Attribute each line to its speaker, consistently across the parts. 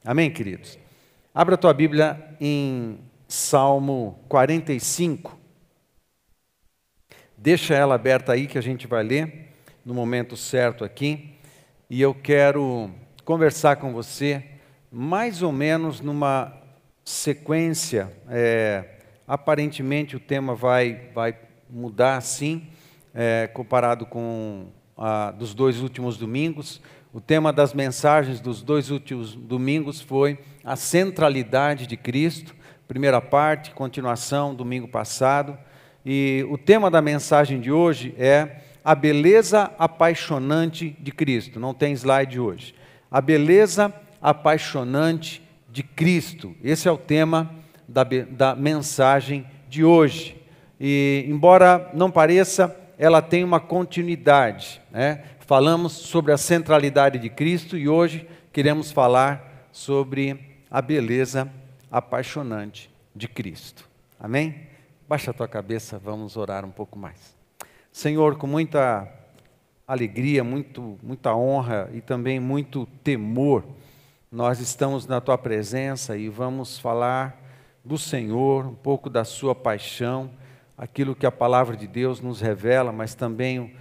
Speaker 1: Amém, queridos? Abra a tua Bíblia em Salmo 45. Deixa ela aberta aí que a gente vai ler no momento certo aqui. E eu quero conversar com você mais ou menos numa sequência. Aparentemente o tema vai mudar sim, comparado com dos dois últimos domingos. O tema das mensagens dos dois últimos domingos foi a centralidade de Cristo, primeira parte, continuação, domingo passado. E o tema da mensagem de hoje é a beleza apaixonante de Cristo. Não tem slide hoje. A beleza apaixonante de Cristo. Esse é o tema da mensagem de hoje. E, embora não pareça, ela tem uma continuidade, né? Falamos sobre a centralidade de Cristo e hoje queremos falar sobre a beleza apaixonante de Cristo. Amém? Baixa a tua cabeça, vamos orar um pouco mais. Senhor, com muita alegria, muita honra e também muito temor, nós estamos na tua presença e vamos falar do Senhor, um pouco da sua paixão, aquilo que a palavra de Deus nos revela, mas também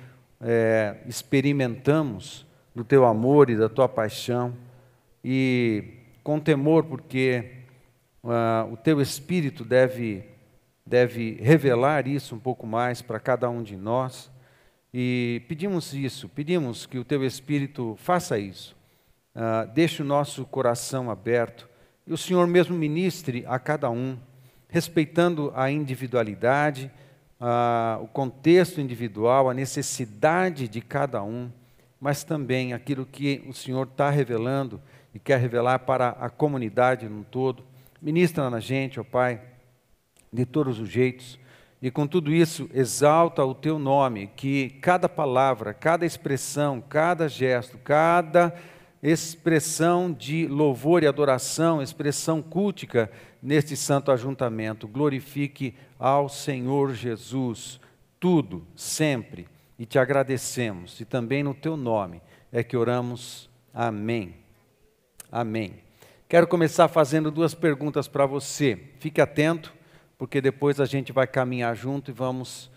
Speaker 1: experimentamos do teu amor e da tua paixão, e com temor, porque o teu Espírito deve revelar isso um pouco mais para cada um de nós, e pedimos que o teu Espírito faça isso, deixe o nosso coração aberto, e o Senhor mesmo ministre a cada um, respeitando a individualidade, o contexto individual, a necessidade de cada um, mas também aquilo que o Senhor está revelando e quer revelar para a comunidade no todo. Ministra na gente, ó Pai, de todos os jeitos, e com tudo isso exalta o Teu nome, que cada palavra, cada expressão, cada gesto, cada expressão de louvor e adoração, expressão cultica neste santo ajuntamento, glorifique ao Senhor Jesus, tudo, sempre, e te agradecemos, e também no teu nome é que oramos, amém, amém. Quero começar fazendo duas perguntas para você, fique atento, porque depois a gente vai caminhar junto e vamos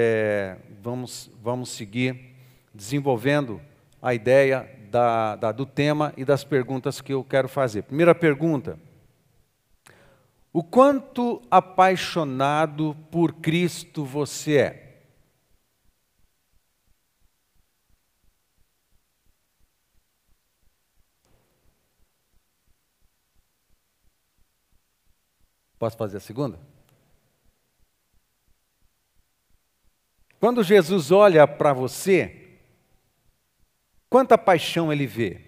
Speaker 1: seguir desenvolvendo a ideia do tema e das perguntas que eu quero fazer. Primeira pergunta: o quanto apaixonado por Cristo você é? Posso fazer a segunda? Quando Jesus olha para você, quanta paixão ele vê?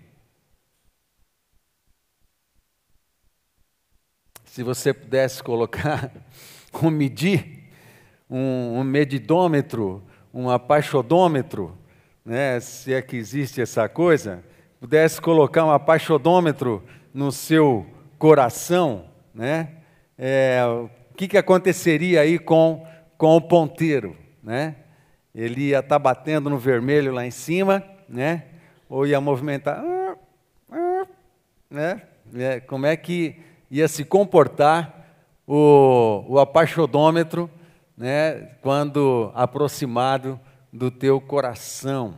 Speaker 1: Se você pudesse colocar um medidômetro, um apaixodômetro, né, se é que existe essa coisa, pudesse colocar um apaixodômetro no seu coração, né, o que aconteceria aí com o ponteiro, né? Ele ia estar batendo no vermelho lá em cima, né? Ou ia movimentar, né? Como é que ia se comportar o apaixodômetro, né, quando aproximado do teu coração.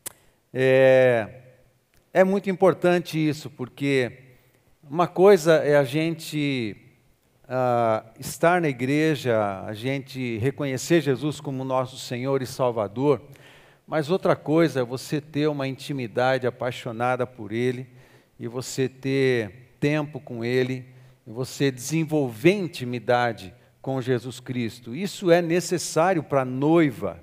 Speaker 1: É muito importante isso, porque uma coisa é a gente estar na igreja, a gente reconhecer Jesus como nosso Senhor e Salvador, mas outra coisa é você ter uma intimidade apaixonada por Ele, e você ter tempo com Ele, e você desenvolver intimidade com Jesus Cristo. Isso é necessário para a noiva.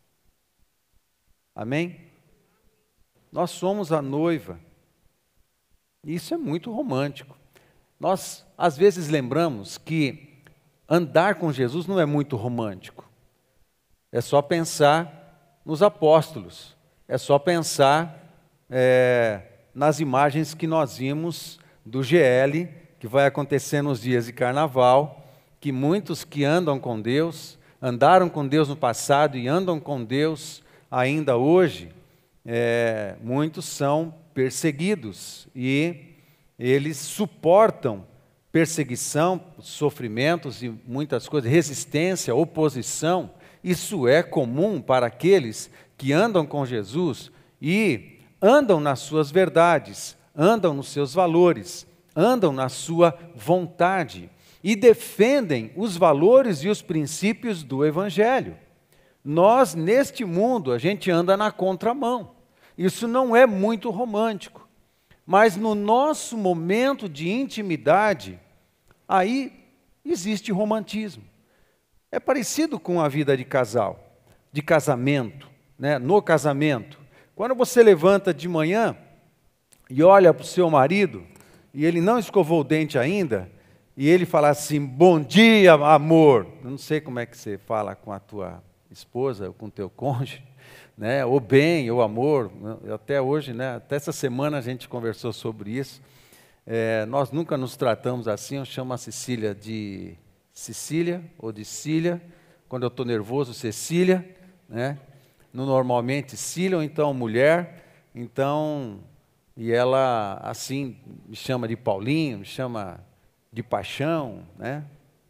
Speaker 1: Amém? Nós somos a noiva. Isso é muito romântico. Nós, às vezes, lembramos que andar com Jesus não é muito romântico. É só pensar nos apóstolos. É só pensar nas imagens que nós vimos do GL, que vai acontecer nos dias de carnaval, que muitos que andam com Deus, andaram com Deus no passado e andam com Deus ainda hoje, muitos são perseguidos e eles suportam perseguição, sofrimentos e muitas coisas, resistência, oposição. Isso é comum para aqueles que andam com Jesus e andam nas suas verdades, andam nos seus valores, andam na sua vontade e defendem os valores e os princípios do Evangelho. Nós, neste mundo, a gente anda na contramão. Isso não é muito romântico. Mas no nosso momento de intimidade, aí existe romantismo. É parecido com a vida de casal, de casamento, né? No casamento. Quando você levanta de manhã e olha para o seu marido, e ele não escovou o dente ainda, e ele fala assim, bom dia, amor. Eu não sei como é que você fala com a tua esposa, ou com o teu cônjuge, né? Ou bem, ou amor. Até hoje, né? Até essa semana a gente conversou sobre isso. Nós nunca nos tratamos assim. Eu chamo a Cecília de Cecília ou de Cília. Quando eu estou nervoso, Cecília, né? Normalmente Cília ou então mulher. Então, e ela assim me chama de Paulinho, me chama de paixão, né?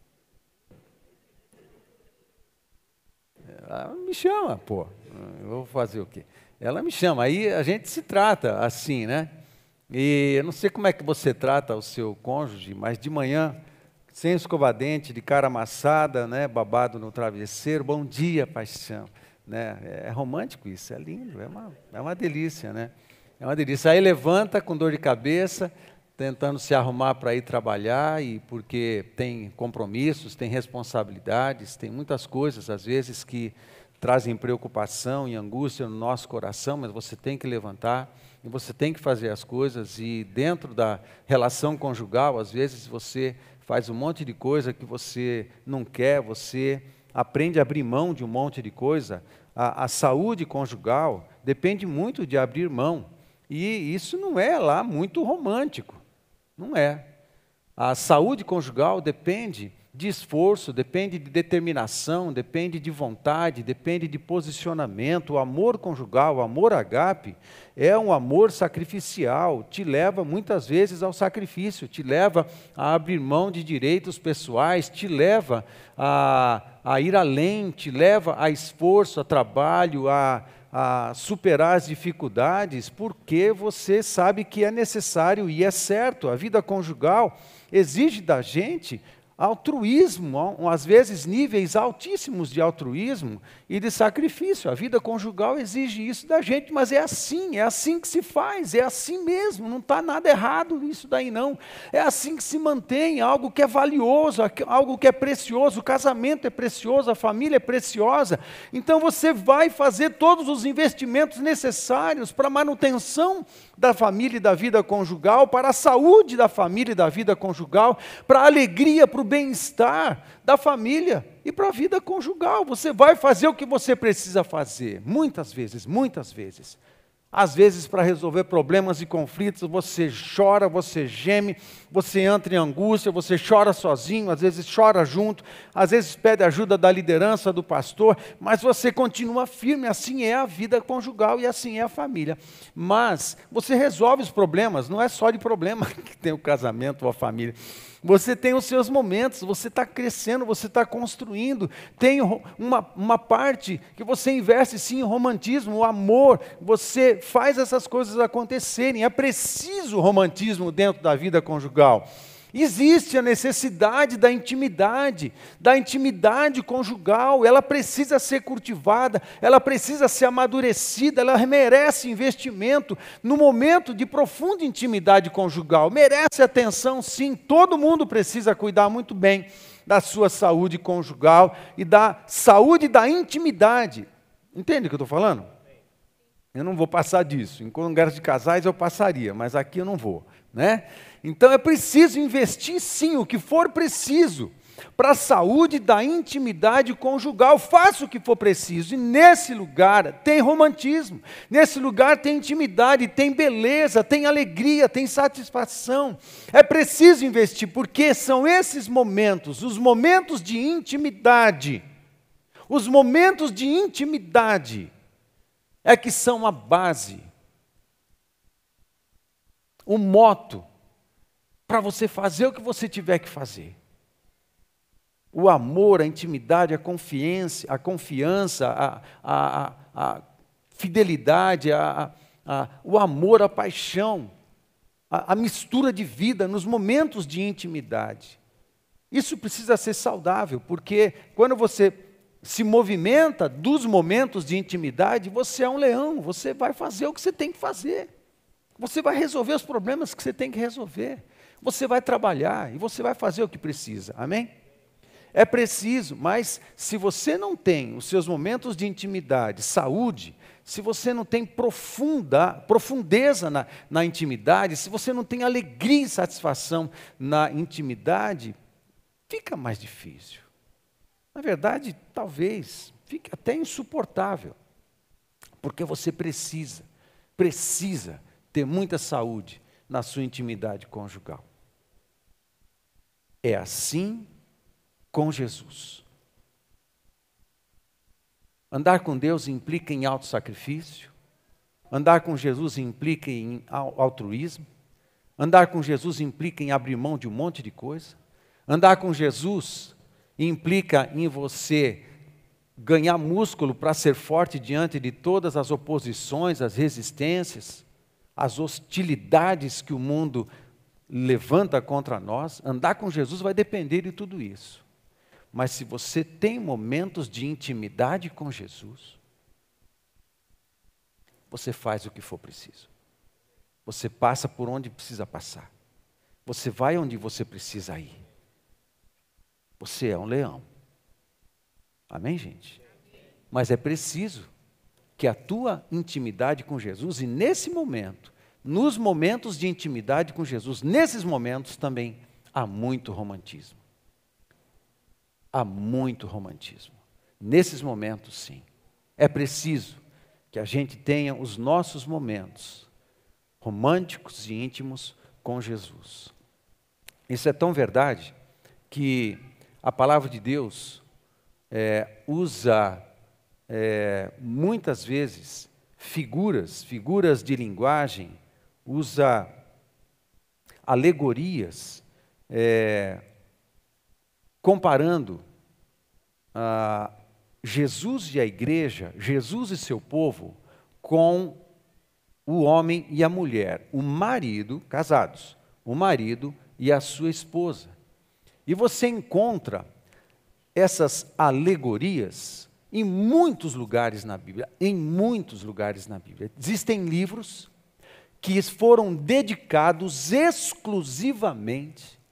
Speaker 1: Ela me chama, pô. Eu vou fazer o quê? Ela me chama, aí a gente se trata assim, né? E eu não sei como é que você trata o seu cônjuge, mas de manhã, sem escovar dente, de cara amassada, né? Babado no travesseiro, bom dia, paixão. Né? É romântico isso, é lindo, é uma delícia, né? É uma delícia. Aí levanta com dor de cabeça, tentando se arrumar para ir trabalhar, e porque tem compromissos, tem responsabilidades, tem muitas coisas, às vezes, que trazem preocupação e angústia no nosso coração, mas você tem que levantar e você tem que fazer as coisas. E dentro da relação conjugal, às vezes você faz um monte de coisa que você não quer, você aprende a abrir mão de um monte de coisa. A saúde conjugal depende muito de abrir mão, e isso não é lá muito romântico, não é. A saúde conjugal depende de esforço, depende de determinação, depende de vontade, depende de posicionamento. O amor conjugal, o amor ágape, é um amor sacrificial, te leva muitas vezes ao sacrifício, te leva a abrir mão de direitos pessoais, te leva a ir além, te leva a esforço, a trabalho, a superar as dificuldades, porque você sabe que é necessário e é certo. A vida conjugal exige da gente altruísmo, às vezes níveis altíssimos de altruísmo e de sacrifício. A vida conjugal exige isso da gente, mas é assim que se faz, é assim mesmo, não está nada errado nisso daí não. É assim que se mantém algo que é valioso, algo que é precioso. O casamento é precioso, a família é preciosa. Então você vai fazer todos os investimentos necessários para a manutenção da família e da vida conjugal, para a saúde da família e da vida conjugal, para a alegria, para o bem-estar da família e para a vida conjugal. Você vai fazer o que você precisa fazer, muitas vezes, muitas vezes. Às vezes, para resolver problemas e conflitos, você chora, você geme, você entra em angústia, você chora sozinho, às vezes chora junto, às vezes pede ajuda da liderança, do pastor, mas você continua firme. Assim é a vida conjugal e assim é a família. Mas você resolve os problemas, não é só de problema que tem o casamento ou a família. Você tem os seus momentos, você está crescendo, você está construindo. Tem uma parte que você investe sim em romantismo, o amor. Você faz essas coisas acontecerem. É preciso romantismo dentro da vida conjugal. Existe a necessidade da intimidade conjugal. Ela precisa ser cultivada, ela precisa ser amadurecida, ela merece investimento no momento de profunda intimidade conjugal. Merece atenção, sim. Todo mundo precisa cuidar muito bem da sua saúde conjugal e da saúde da intimidade. Entende o que eu estou falando? Eu não vou passar disso. Em congresso de casais eu passaria, mas aqui eu não vou, né? Então é preciso investir sim o que for preciso para a saúde da intimidade conjugal. Faça o que for preciso. E nesse lugar tem romantismo, nesse lugar tem intimidade, tem beleza, tem alegria, tem satisfação. É preciso investir, porque são esses momentos, os momentos de intimidade, os momentos de intimidade é que são a base, o moto para você fazer o que você tiver que fazer. O amor, a intimidade, a confiança, a fidelidade, o amor, a paixão, a mistura de vida nos momentos de intimidade. Isso precisa ser saudável, porque quando você se movimenta dos momentos de intimidade, você é um leão, você vai fazer o que você tem que fazer. Você vai resolver os problemas que você tem que resolver. Você vai trabalhar e você vai fazer o que precisa. Amém? É preciso, mas se você não tem os seus momentos de intimidade, saúde, se você não tem profundeza na intimidade, se você não tem alegria e satisfação na intimidade, fica mais difícil. Na verdade, talvez fique até insuportável, porque você precisa ter muita saúde na sua intimidade conjugal. É assim com Jesus. Andar com Deus implica em autossacrifício. Andar com Jesus implica em altruísmo. Andar com Jesus implica em abrir mão de um monte de coisa. Andar com Jesus implica em você ganhar músculo para ser forte diante de todas as oposições, as resistências, as hostilidades que o mundo levanta contra nós. Andar com Jesus vai depender de tudo isso. Mas se você tem momentos de intimidade com Jesus, você faz o que for preciso. Você passa por onde precisa passar. Você vai onde você precisa ir. Você é um leão. Amém, gente? Mas é preciso que a tua intimidade com Jesus, e nesse momento, nos momentos de intimidade com Jesus, nesses momentos também há muito romantismo. Há muito romantismo. Nesses momentos, sim. É preciso que a gente tenha os nossos momentos românticos e íntimos com Jesus. Isso é tão verdade que a palavra de Deus usa muitas vezes figuras de linguagem, usa alegorias, comparando Jesus e a igreja, Jesus e seu povo, com o homem e a mulher, o marido, casados, o marido e a sua esposa. E você encontra essas alegorias em muitos lugares na Bíblia, Existem livros que foram dedicados exclusivamente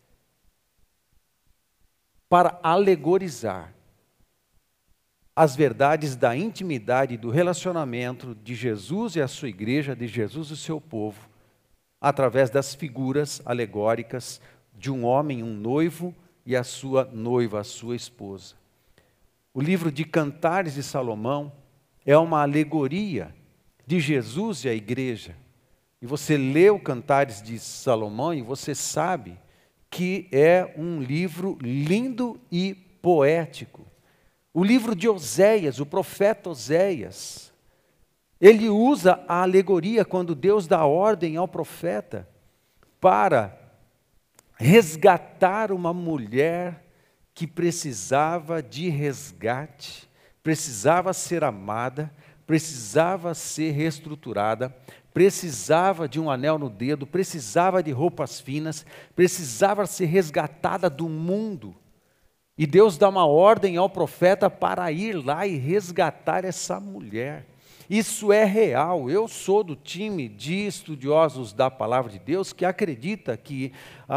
Speaker 1: para alegorizar as verdades da intimidade e do relacionamento de Jesus e a sua igreja, de Jesus e o seu povo, através das figuras alegóricas de um homem, um noivo, e a sua noiva, a sua esposa. O livro de Cantares de Salomão é uma alegoria de Jesus e a igreja. E você lê o Cantares de Salomão e você sabe que é um livro lindo e poético. O livro de Oséias, o profeta Oséias, ele usa a alegoria quando Deus dá ordem ao profeta para resgatar uma mulher que precisava de resgate, precisava ser amada, precisava ser reestruturada, precisava de um anel no dedo, precisava de roupas finas, precisava ser resgatada do mundo. E Deus dá uma ordem ao profeta para ir lá e resgatar essa mulher. Isso é real. Eu sou do time de estudiosos da Palavra de Deus que acredita que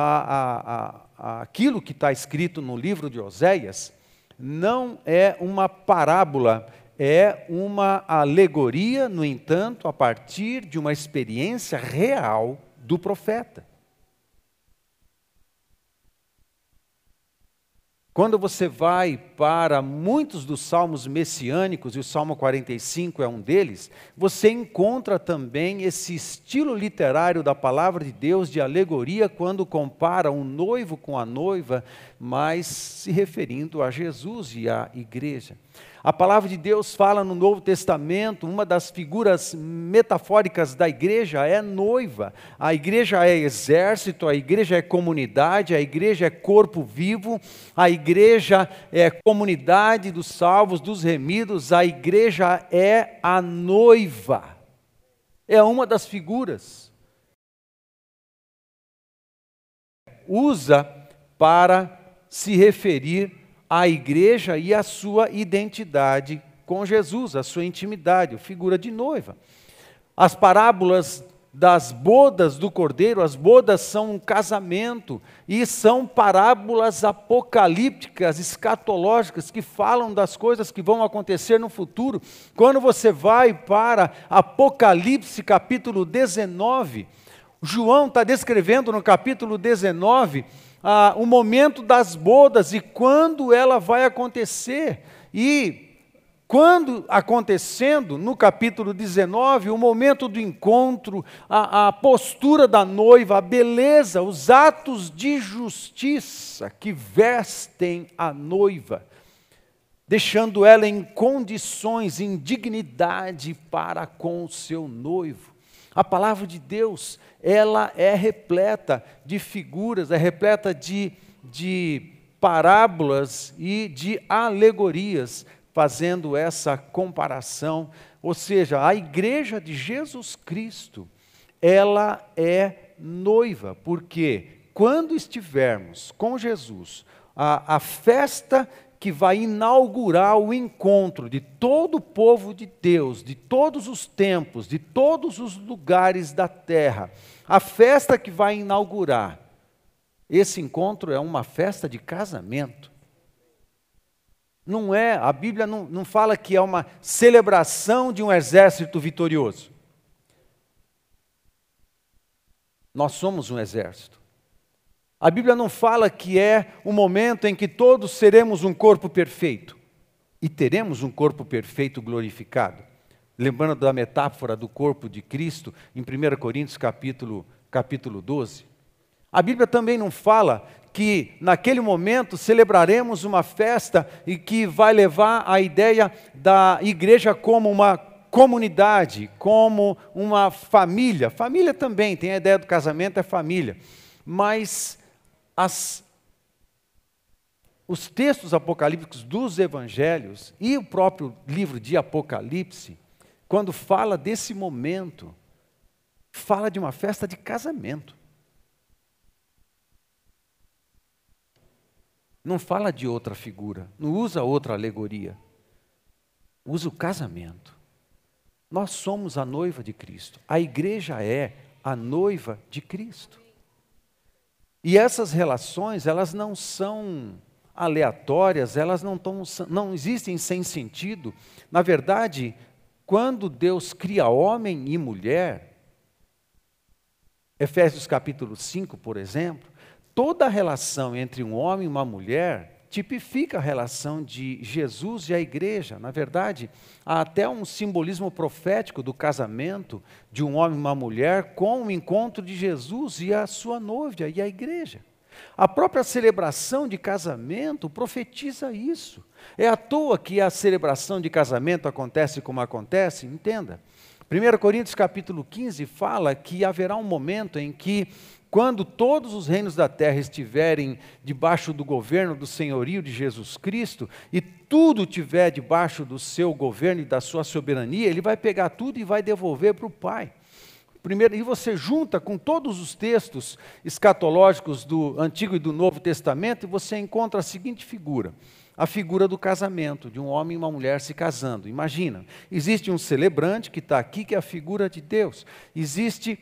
Speaker 1: aquilo que está escrito no livro de Oséias não é uma parábola, é uma alegoria, no entanto, a partir de uma experiência real do profeta. Quando você vai para muitos dos salmos messiânicos, e o Salmo 45 é um deles, você encontra também esse estilo literário da palavra de Deus de alegoria, quando compara um noivo com a noiva, mas se referindo a Jesus e à igreja. A palavra de Deus fala no Novo Testamento, uma das figuras metafóricas da igreja é noiva. A igreja é exército, a igreja é comunidade, a igreja é corpo vivo, a igreja é comunidade dos salvos, dos remidos, a igreja é a noiva. É uma das figuras. Usa para se referir à igreja e à sua identidade com Jesus, a sua intimidade, a figura de noiva. As parábolas das bodas do Cordeiro, as bodas são um casamento e são parábolas apocalípticas, escatológicas, que falam das coisas que vão acontecer no futuro. Quando você vai para Apocalipse capítulo 19, João está descrevendo no capítulo 19 o momento das bodas e quando ela vai acontecer. E quando acontecendo, no capítulo 19, o momento do encontro, a postura da noiva, a beleza, os atos de justiça que vestem a noiva, deixando ela em condições, em dignidade para com o seu noivo. A palavra de Deus, ela é repleta de figuras, é repleta de parábolas e de alegorias, fazendo essa comparação. Ou seja, a igreja de Jesus Cristo, ela é noiva, porque quando estivermos com Jesus, a festa que vai inaugurar o encontro de todo o povo de Deus, de todos os tempos, de todos os lugares da terra, a festa que vai inaugurar esse encontro é uma festa de casamento. Não é, a Bíblia não fala que é uma celebração de um exército vitorioso. Nós somos um exército. A Bíblia não fala que é um momento em que todos seremos um corpo perfeito. E teremos um corpo perfeito glorificado. Lembrando da metáfora do corpo de Cristo, em 1 Coríntios capítulo 12. A Bíblia também não fala que naquele momento celebraremos uma festa e que vai levar a ideia da igreja como uma comunidade, como uma família. Família também, tem a ideia do casamento, é família. Mas os textos apocalípticos dos evangelhos e o próprio livro de Apocalipse, quando fala desse momento, fala de uma festa de casamento. Não fala de outra figura, não usa outra alegoria. Usa o casamento. Nós somos a noiva de Cristo. A igreja é a noiva de Cristo. E essas relações, elas não são aleatórias, elas não existem sem sentido. Na verdade, quando Deus cria homem e mulher, Efésios capítulo 5, por exemplo, toda a relação entre um homem e uma mulher tipifica a relação de Jesus e a igreja. Na verdade, há até um simbolismo profético do casamento de um homem e uma mulher com o encontro de Jesus e a sua noiva e a igreja. A própria celebração de casamento profetiza isso. É à toa que a celebração de casamento acontece como acontece? Entenda. 1 Coríntios capítulo 15 fala que haverá um momento em que, quando todos os reinos da terra estiverem debaixo do governo do senhorio de Jesus Cristo, e tudo estiver debaixo do seu governo e da sua soberania, ele vai pegar tudo e vai devolver para o Pai. Primeiro, e você junta com todos os textos escatológicos do Antigo e do Novo Testamento, e você encontra a seguinte figura. A figura do casamento, de um homem e uma mulher se casando. Imagina, existe um celebrante que está aqui, que é a figura de Deus. Existe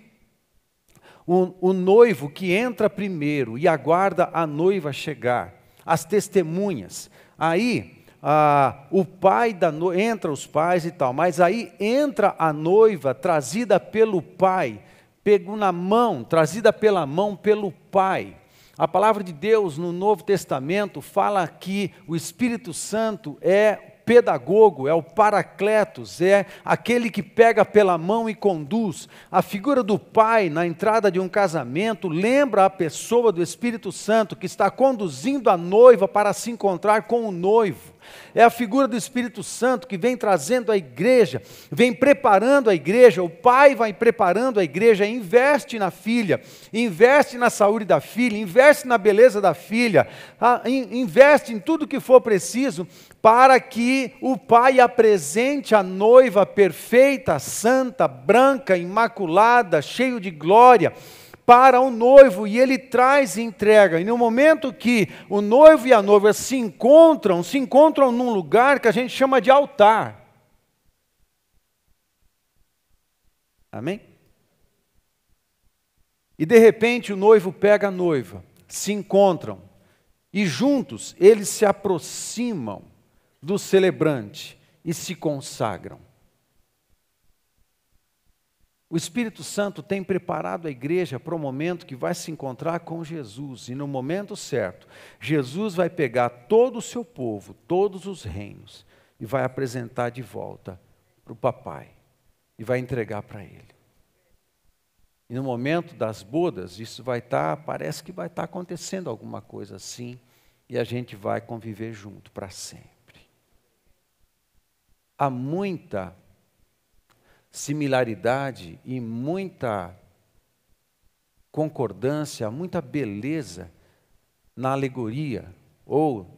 Speaker 1: o noivo que entra primeiro e aguarda a noiva chegar, as testemunhas. Aí, o pai da noiva, entra os pais e tal, mas aí entra a noiva trazida pelo pai, pego na mão, trazida pela mão pelo pai. A palavra de Deus no Novo Testamento fala que o Espírito Santo é pedagogo, é o paracletos, é aquele que pega pela mão e conduz. A figura do pai na entrada de um casamento lembra a pessoa do Espírito Santo que está conduzindo a noiva para se encontrar com o noivo. É a figura do Espírito Santo que vem trazendo a igreja, vem preparando a igreja. O pai vai preparando a igreja, investe na filha, investe na saúde da filha, investe na beleza da filha, investe em tudo que for preciso para que o pai apresente a noiva perfeita, santa, branca, imaculada, cheio de glória, para o noivo, e ele traz e entrega. E no momento que o noivo e a noiva se encontram num lugar que a gente chama de altar. Amém? E de repente o noivo pega a noiva, se encontram, e juntos eles se aproximam do celebrante e se consagram. O Espírito Santo tem preparado a igreja para o momento que vai se encontrar com Jesus. E no momento certo, Jesus vai pegar todo o seu povo, todos os reinos, e vai apresentar de volta para o papai. E vai entregar para ele. E no momento das bodas, isso vai estar, parece que vai estar acontecendo alguma coisa assim. E a gente vai conviver junto para sempre. Há muita similaridade e muita concordância, muita beleza na alegoria ou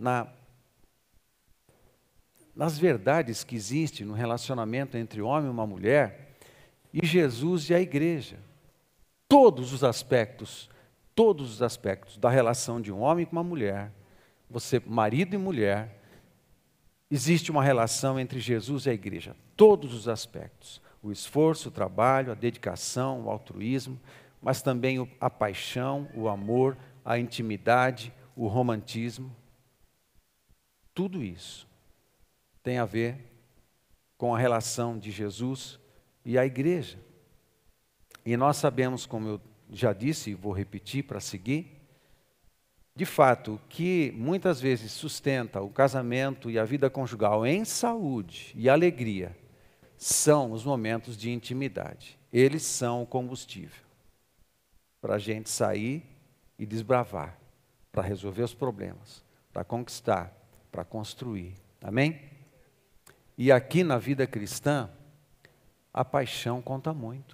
Speaker 1: nas verdades que existem no relacionamento entre o homem e uma mulher e Jesus e a igreja. Todos os aspectos da relação de um homem com uma mulher, você, marido e mulher, existe uma relação entre Jesus e a igreja. Todos os aspectos. O esforço, o trabalho, a dedicação, o altruísmo, mas também a paixão, o amor, a intimidade, o romantismo. Tudo isso tem a ver com a relação de Jesus e a igreja. E nós sabemos, como eu já disse, e vou repetir para seguir, de fato, o que muitas vezes sustenta o casamento e a vida conjugal em saúde e alegria são os momentos de intimidade. Eles são o combustível para a gente sair e desbravar, para resolver os problemas, para conquistar, para construir. Amém? E aqui na vida cristã, a paixão conta muito.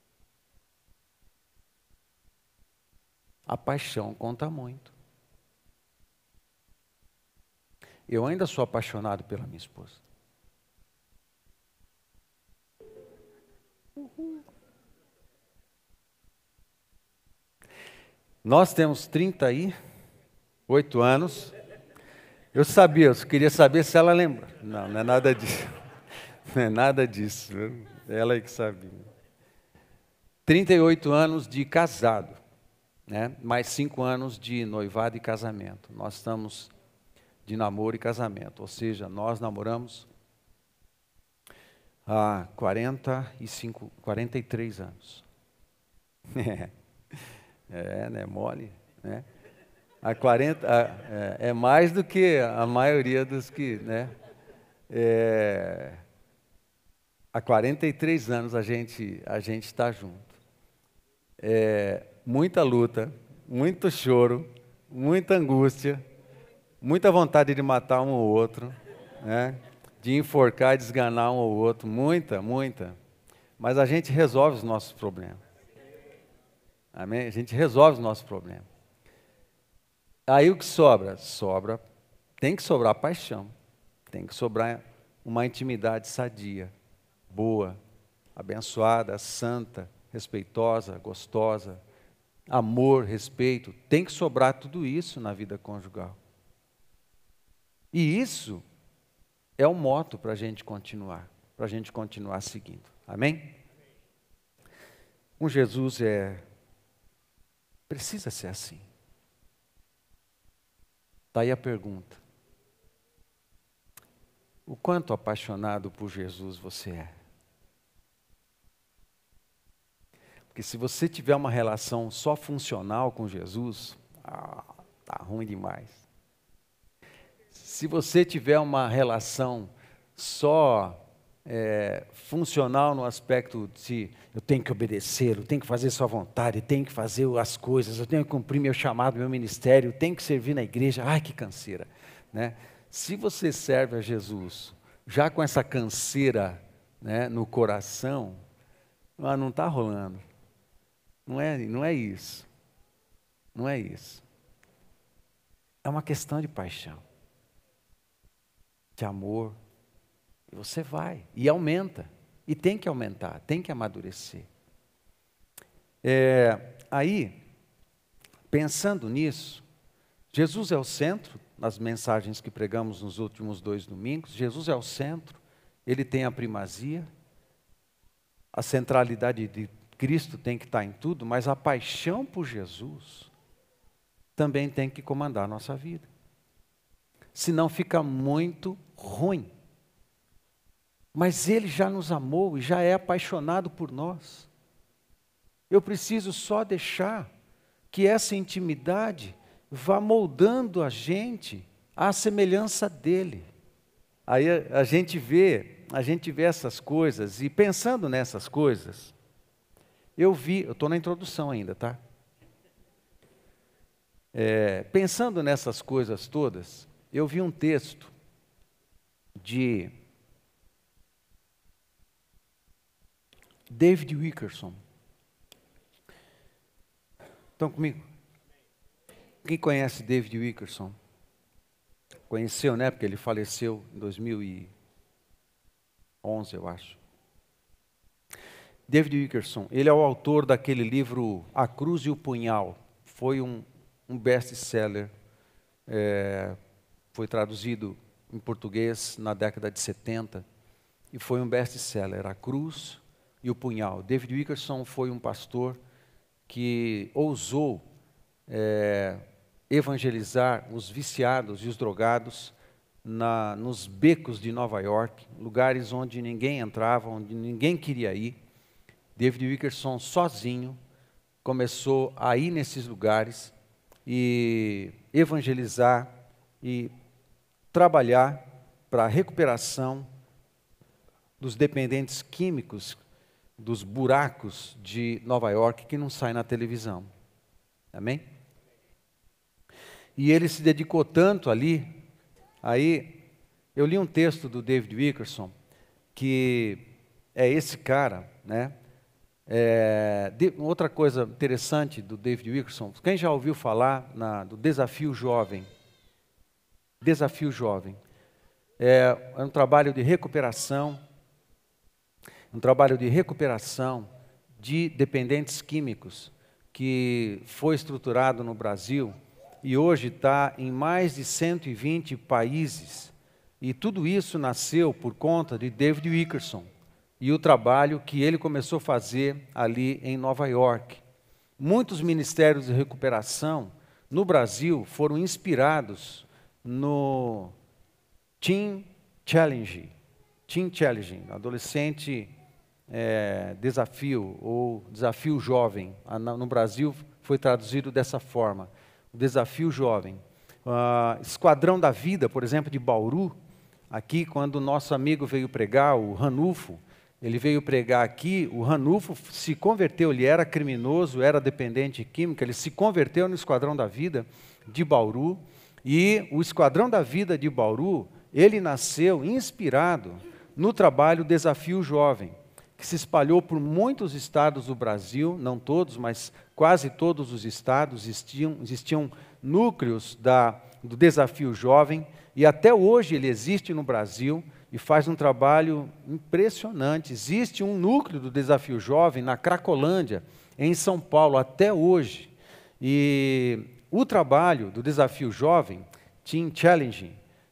Speaker 1: A paixão conta muito. Eu ainda sou apaixonado pela minha esposa. Nós temos 38 anos. Eu sabia, eu queria saber se ela lembra. Não, não é nada disso. Não é nada disso. Ela é que sabia. 38 anos de casado, né? Mais 5 anos de noivado e casamento. Nós estamos de namoro e casamento. Ou seja, nós namoramos há 43 anos. Né, mole, né? É mais do que a maioria dos que, né? Há 43 anos a gente está junto. Muita luta, muito choro, muita angústia, muita vontade de matar um ou outro, né? De enforcar e desganar um ou outro, muita. Mas a gente resolve os nossos problemas. Amém? A gente resolve os nossos problemas. Aí o que sobra? Tem que sobrar paixão, tem que sobrar uma intimidade sadia, boa, abençoada, santa, respeitosa, gostosa, amor, respeito. Tem que sobrar tudo isso na vida conjugal. E isso é o moto para a gente continuar seguindo. Amém? Com Jesus precisa ser assim. Daí a pergunta: o quanto apaixonado por Jesus você é? Porque se você tiver uma relação só funcional com Jesus, tá ruim demais. Se você tiver uma relação só funcional no aspecto de eu tenho que obedecer, eu tenho que fazer sua vontade, eu tenho que fazer as coisas, eu tenho que cumprir meu chamado, meu ministério, eu tenho que servir na igreja, ai que canseira, né? Se você serve a Jesus já com essa canseira, né, no coração, não está rolando. Não é isso. Não é isso. É uma questão de paixão, de amor. E você vai, e aumenta. E tem que aumentar, tem que amadurecer. Aí, pensando nisso, Jesus é o centro, nas mensagens que pregamos nos últimos 2 domingos, Jesus é o centro, Ele tem a primazia, a centralidade de Cristo tem que estar em tudo, mas a paixão por Jesus também tem que comandar a nossa vida. Senão fica muito ruim. Mas Ele já nos amou e já é apaixonado por nós. Eu preciso só deixar que essa intimidade vá moldando a gente à semelhança dEle. Aí a gente vê essas coisas, e pensando nessas coisas, eu estou na introdução ainda, tá? Pensando nessas coisas todas, eu vi um texto de David Wilkerson. Estão comigo? Quem conhece David Wilkerson? Conheceu, né? Porque ele faleceu em 2011, eu acho. David Wilkerson, ele é o autor daquele livro A Cruz e o Punhal. Foi um best-seller. Foi traduzido em português na década de 70 e foi um best-seller. A Cruz e o Punhal. David Wilkerson foi um pastor que ousou evangelizar os viciados e os drogados nos becos de Nova York, lugares onde ninguém entrava, onde ninguém queria ir. David Wilkerson, sozinho, começou a ir nesses lugares e evangelizar e trabalhar para a recuperação dos dependentes químicos, dos buracos de Nova York que não saem na televisão. Amém? E ele se dedicou tanto ali. Aí eu li um texto do David Wilkerson, que é esse cara, né? Outra coisa interessante do David Wilkerson, quem já ouviu falar do Desafio Jovem? Desafio Jovem. É um trabalho de recuperação, de dependentes químicos, que foi estruturado no Brasil e hoje está em mais de 120 países. E tudo isso nasceu por conta de David Wilkerson e o trabalho que ele começou a fazer ali em Nova York. Muitos ministérios de recuperação no Brasil foram inspirados no Teen Challenge, adolescente desafio ou desafio jovem. No Brasil foi traduzido dessa forma, o desafio jovem. Esquadrão da Vida, por exemplo, de Bauru, aqui quando o nosso amigo veio pregar, o Ranulfo, ele veio pregar aqui, o Ranulfo se converteu, ele era criminoso, era dependente químico, ele se converteu no Esquadrão da Vida de Bauru, e o Esquadrão da Vida de Bauru, ele nasceu inspirado no trabalho Desafio Jovem, que se espalhou por muitos estados do Brasil, não todos, mas quase todos os estados, existiam núcleos do Desafio Jovem, e até hoje ele existe no Brasil e faz um trabalho impressionante. Existe um núcleo do Desafio Jovem na Cracolândia, em São Paulo, até hoje. E o trabalho do Desafio Jovem, Teen Challenge,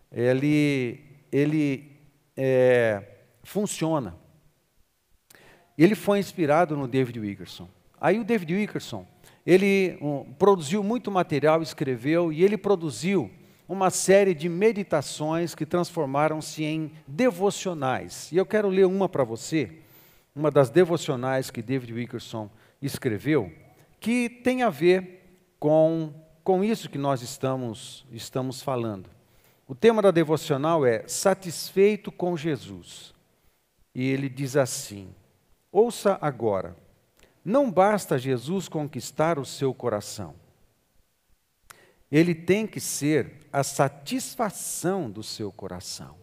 Speaker 1: ele funciona. Ele foi inspirado no David Wilkerson. Aí o David Wilkerson, ele produziu muito material, escreveu, e ele produziu uma série de meditações que transformaram-se em devocionais. E eu quero ler uma para você, uma das devocionais que David Wilkerson escreveu, que tem a ver com isso que nós estamos falando. O tema da devocional é Satisfeito com Jesus. E ele diz assim: ouça agora, não basta Jesus conquistar o seu coração. ele tem que ser a satisfação do seu coração.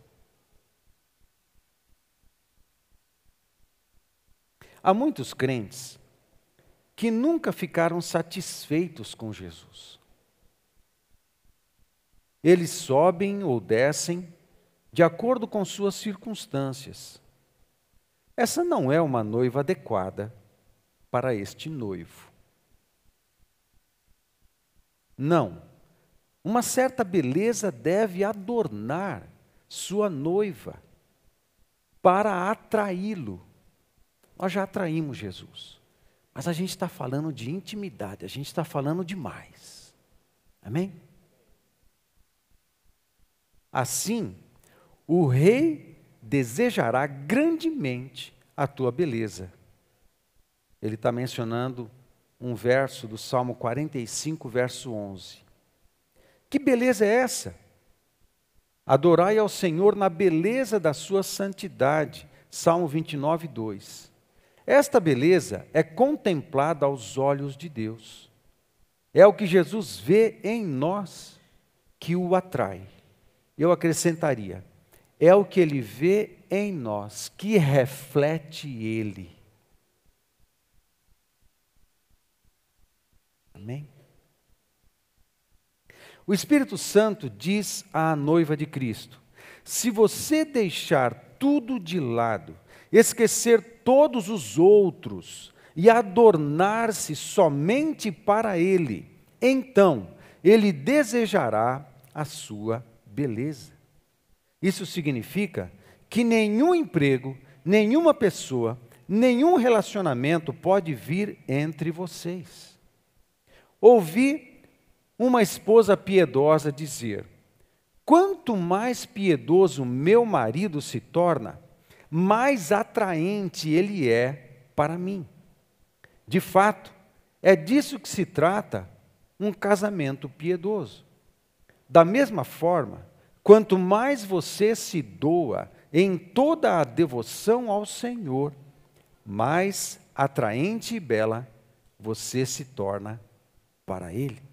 Speaker 1: Há muitos crentes que nunca ficaram satisfeitos com Jesus. Eles sobem ou descem de acordo com suas circunstâncias. Essa não é uma noiva adequada para este noivo. Não. Uma certa beleza deve adornar sua noiva para atraí-lo. Nós já atraímos Jesus, mas a gente está falando de intimidade, a gente está falando de mais. Amém? Assim, o rei desejará grandemente a tua beleza. Ele está mencionando um verso do Salmo 45, verso 11. Que beleza é essa? Adorai ao Senhor na beleza da sua santidade. Salmo 29, 2. Esta beleza é contemplada aos olhos de Deus. É o que Jesus vê em nós que o atrai. Eu acrescentaria, é o que Ele vê em nós que reflete Ele. Amém? O Espírito Santo diz à noiva de Cristo: se você deixar tudo de lado, esquecer todos os outros e adornar-se somente para Ele, então Ele desejará a sua beleza. Isso significa que nenhum emprego, nenhuma pessoa, nenhum relacionamento pode vir entre vocês. Ouvi uma esposa piedosa dizer: quanto mais piedoso meu marido se torna, mais atraente ele é para mim. De fato, é disso que se trata um casamento piedoso. Da mesma forma, quanto mais você se doa em toda a devoção ao Senhor, mais atraente e bela você se torna para Ele.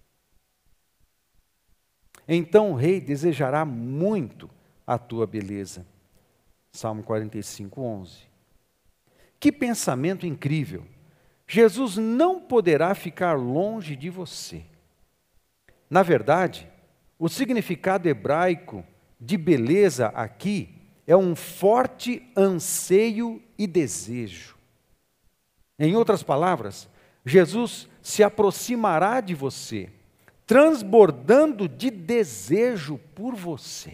Speaker 1: Então o rei desejará muito a tua beleza. Salmo 45, 11. Que pensamento incrível! Jesus não poderá ficar longe de você. Na verdade, o significado hebraico de beleza aqui é um forte anseio e desejo. Em outras palavras, Jesus se aproximará de você, transbordando de desejo por você.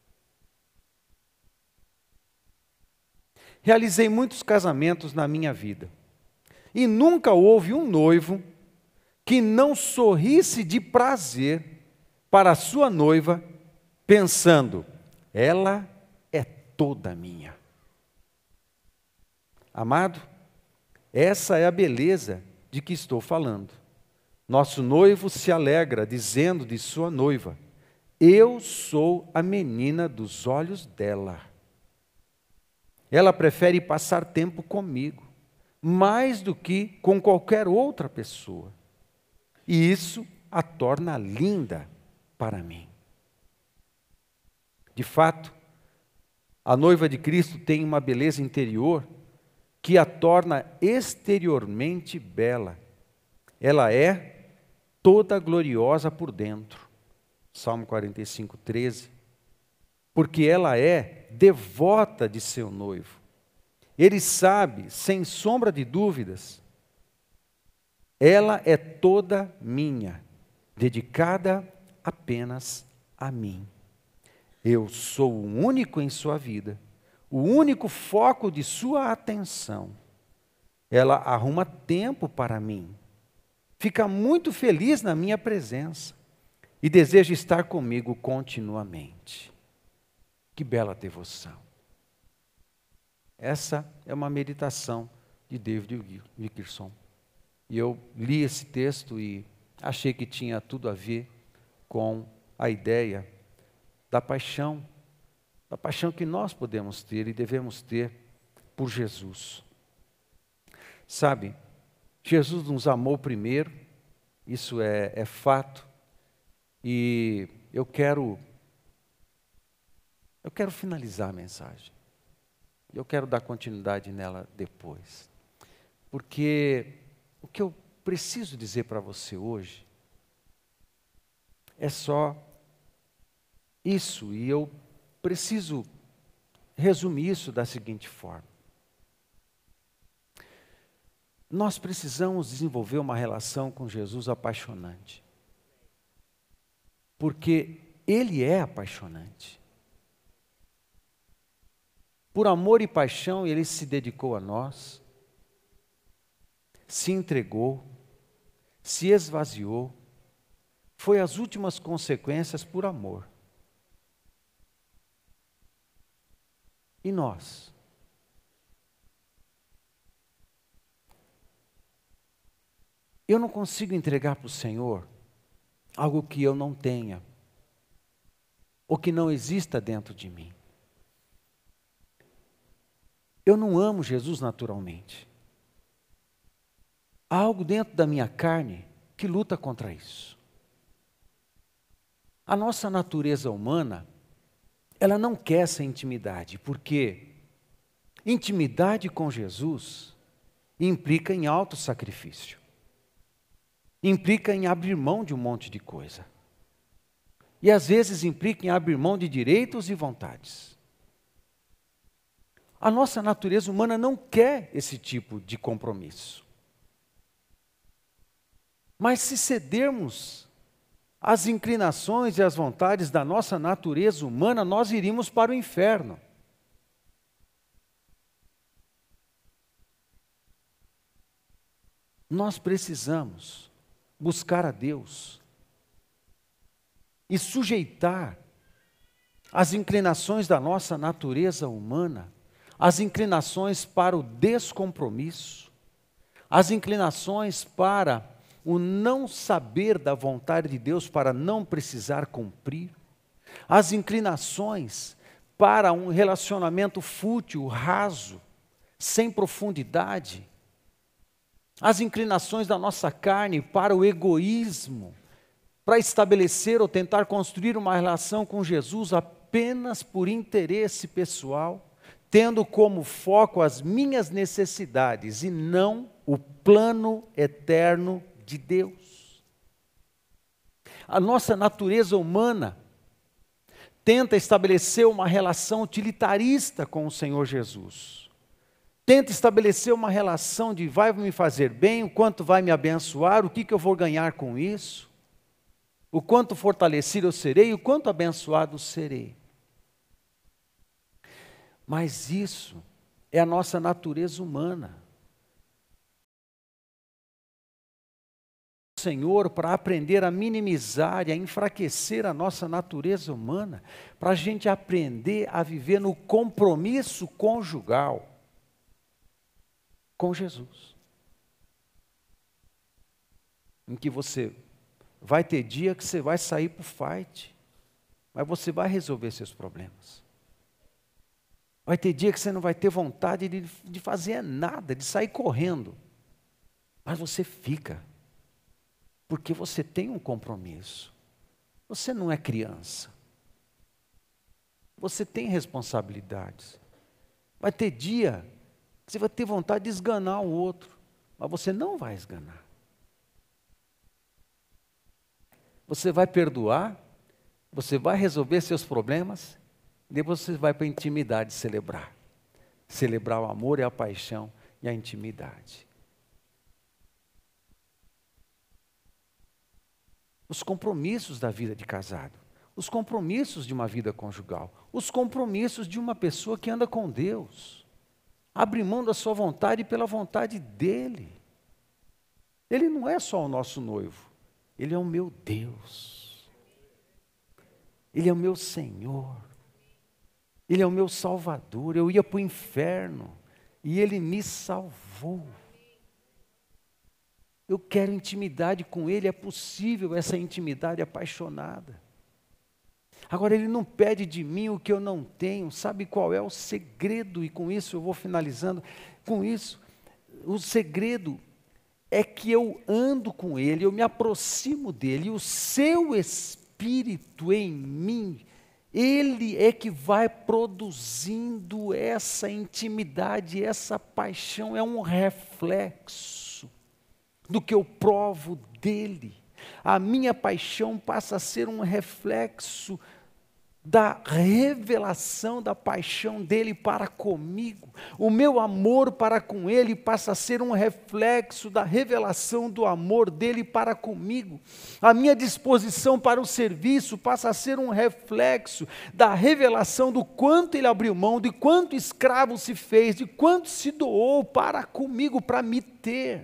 Speaker 1: Realizei muitos casamentos na minha vida e nunca houve um noivo que não sorrisse de prazer para a sua noiva, pensando: ela é toda minha. Amado, essa é a beleza de que estou falando. Nosso noivo se alegra dizendo de sua noiva: eu sou a menina dos olhos dela. Ela prefere passar tempo comigo, mais do que com qualquer outra pessoa. E isso a torna linda para mim. De fato, a noiva de Cristo tem uma beleza interior que a torna exteriormente bela. Ela é toda gloriosa por dentro. Salmo 45, 13. Porque ela é devota de seu noivo. Ele sabe, sem sombra de dúvidas, ela é toda minha, dedicada apenas a mim. Eu sou o único em sua vida, o único foco de sua atenção. Ela arruma tempo para mim, fica muito feliz na minha presença e deseja estar comigo continuamente. Que bela devoção. Essa é uma meditação de David Wilkerson. E eu li esse texto e achei que tinha tudo a ver com a ideia da paixão que nós podemos ter e devemos ter por Jesus. Sabe, Jesus nos amou primeiro, isso é fato, E eu quero finalizar a mensagem. Eu quero dar continuidade nela depois. Porque o que eu preciso dizer para você hoje é só isso, e eu preciso resumir isso da seguinte forma. Nós precisamos desenvolver uma relação com Jesus apaixonante. Porque Ele é apaixonante. Por amor e paixão, Ele se dedicou a nós, se entregou, se esvaziou, foi as últimas consequências por amor. E nós? Eu não consigo entregar para o Senhor algo que eu não tenha, ou que não exista dentro de mim. Eu não amo Jesus naturalmente. Há algo dentro da minha carne que luta contra isso. A nossa natureza humana, ela não quer essa intimidade, porque intimidade com Jesus implica em autossacrifício. Implica em abrir mão de um monte de coisa. E às vezes implica em abrir mão de direitos e vontades. A nossa natureza humana não quer esse tipo de compromisso. Mas se cedermos às inclinações e às vontades da nossa natureza humana, nós iríamos para o inferno. Nós precisamos buscar a Deus e sujeitar as inclinações da nossa natureza humana, as inclinações para o descompromisso, as inclinações para o não saber da vontade de Deus para não precisar cumprir, as inclinações para um relacionamento fútil, raso, sem profundidade, as inclinações da nossa carne para o egoísmo, para estabelecer ou tentar construir uma relação com Jesus apenas por interesse pessoal, tendo como foco as minhas necessidades e não o plano eterno de Deus. A nossa natureza humana tenta estabelecer uma relação utilitarista com o Senhor Jesus. Tenta estabelecer uma relação de vai me fazer bem, o quanto vai me abençoar, o que eu vou ganhar com isso, o quanto fortalecido eu serei, o quanto abençoado serei. Mas isso é a nossa natureza humana. Senhor, para aprender a minimizar e a enfraquecer a nossa natureza humana, para a gente aprender a viver no compromisso conjugal com Jesus. Em que você vai ter dia que você vai sair para o fight, mas você vai resolver seus problemas. Vai ter dia que você não vai ter vontade de fazer nada, de sair correndo, mas você fica. Porque você tem um compromisso. Você não é criança. Você tem responsabilidades. Vai ter dia que você vai ter vontade de esganar o outro, mas você não vai esganar. Você vai perdoar, você vai resolver seus problemas, e depois você vai para a intimidade celebrar. Celebrar o amor e a paixão e a intimidade. Os compromissos da vida de casado, os compromissos de uma vida conjugal, os compromissos de uma pessoa que anda com Deus. Abre mão da sua vontade pela vontade dEle. Ele não é só o nosso noivo, Ele é o meu Deus. Ele é o meu Senhor. Ele é o meu Salvador. Eu ia para o inferno e Ele me salvou. Eu quero intimidade com Ele, é possível essa intimidade apaixonada. Agora, Ele não pede de mim o que eu não tenho. Sabe qual é o segredo? E com isso eu vou finalizando. Com isso, o segredo é que eu ando com Ele, eu me aproximo dEle, e o seu Espírito Espírito em mim, Ele é que vai produzindo essa intimidade, essa paixão, é um reflexo do que eu provo dEle. A minha paixão passa a ser um reflexo da revelação da paixão dele para comigo. O meu amor para com ele passa a ser um reflexo da revelação do amor dele para comigo. A minha disposição para o serviço passa a ser um reflexo da revelação do quanto ele abriu mão, de quanto escravo se fez, de quanto se doou para comigo, para me ter.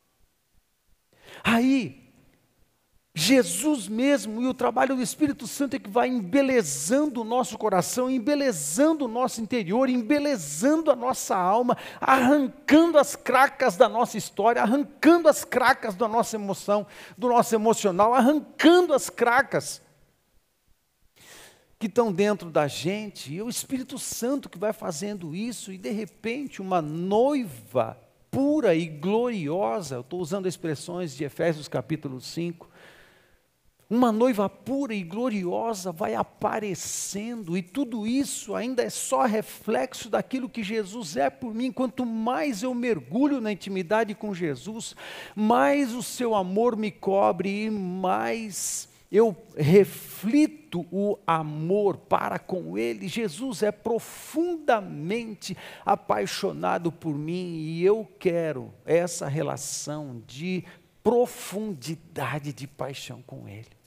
Speaker 1: Aí, Jesus mesmo e o trabalho do Espírito Santo é que vai embelezando o nosso coração, embelezando o nosso interior, embelezando a nossa alma, arrancando as cracas da nossa história, arrancando as cracas da nossa emoção, do nosso emocional, arrancando as cracas que estão dentro da gente, e é o Espírito Santo que vai fazendo isso, e de repente uma noiva pura e gloriosa, eu estou usando expressões de Efésios capítulo 5, uma noiva pura e gloriosa vai aparecendo, e tudo isso ainda é só reflexo daquilo que Jesus é por mim. Quanto mais eu mergulho na intimidade com Jesus, mais o seu amor me cobre e mais eu reflito o amor para com Ele. Jesus é profundamente apaixonado por mim e eu quero essa relação de profundidade de paixão com Ele.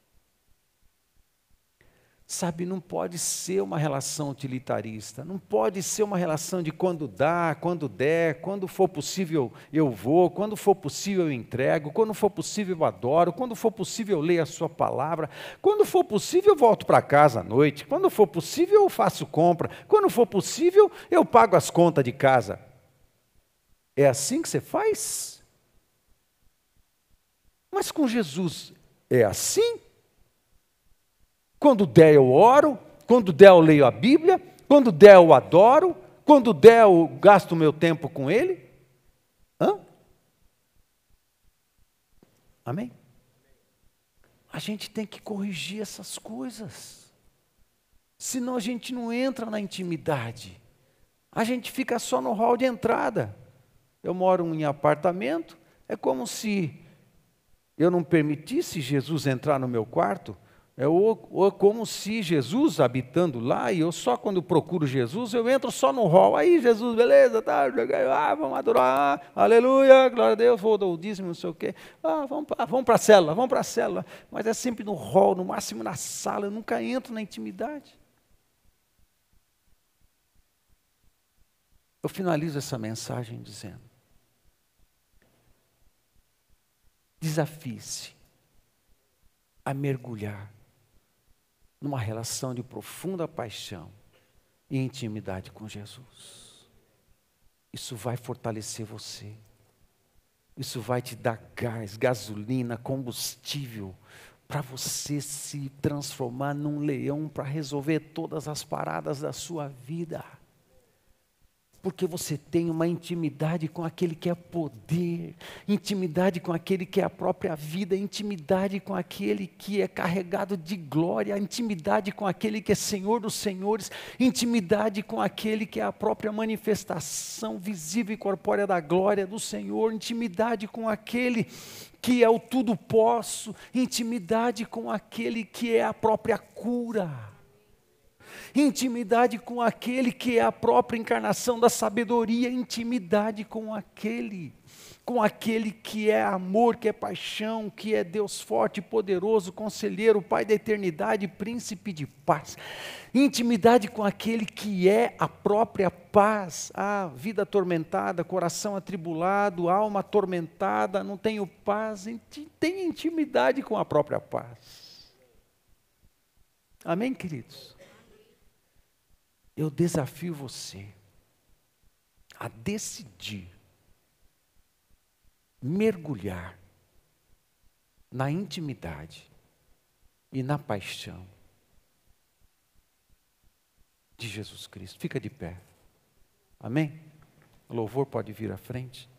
Speaker 1: Sabe, não pode ser uma relação utilitarista, não pode ser uma relação de quando dá, quando der, quando for possível eu vou, quando for possível eu entrego, quando for possível eu adoro, quando for possível eu leio a sua palavra, quando for possível eu volto para casa à noite, quando for possível eu faço compra, quando for possível eu pago as contas de casa. É assim que você faz? Mas com Jesus é assim? Quando der eu oro, quando der eu leio a Bíblia, quando der eu adoro, quando der eu gasto o meu tempo com Ele. Hã? Amém? A gente tem que corrigir essas coisas, senão a gente não entra na intimidade, a gente fica só no hall de entrada. Eu moro em apartamento, é como se eu não permitisse Jesus entrar no meu quarto. Ou como se Jesus habitando lá, e eu só quando procuro Jesus, eu entro só no hall. Aí Jesus, beleza, tá, vamos adorar, aleluia, glória a Deus, vou dar o dízimo, não sei o quê. Vamos para a célula, mas é sempre no hall, no máximo na sala, eu nunca entro na intimidade. Eu finalizo essa mensagem dizendo: desafie-se a mergulhar numa relação de profunda paixão e intimidade com Jesus. Isso vai fortalecer você. Isso vai te dar gás, gasolina, combustível, para você se transformar num leão para resolver todas as paradas da sua vida. Porque você tem uma intimidade com aquele que é poder, intimidade com aquele que é a própria vida, intimidade com aquele que é carregado de glória, intimidade com aquele que é Senhor dos senhores, intimidade com aquele que é a própria manifestação visível e corpórea da glória do Senhor, intimidade com aquele que é o tudo posso, intimidade com aquele que é a própria cura. Intimidade com aquele que é a própria encarnação da sabedoria, intimidade com aquele que é amor, que é paixão, que é Deus forte e poderoso, conselheiro, Pai da eternidade, príncipe de paz. Intimidade com aquele que é a própria paz. Vida atormentada, coração atribulado, alma atormentada, não tenho paz. Tenha intimidade com a própria paz. Amém, queridos? Eu desafio você a decidir mergulhar na intimidade e na paixão de Jesus Cristo. Fica de pé. Amém? O louvor pode vir à frente.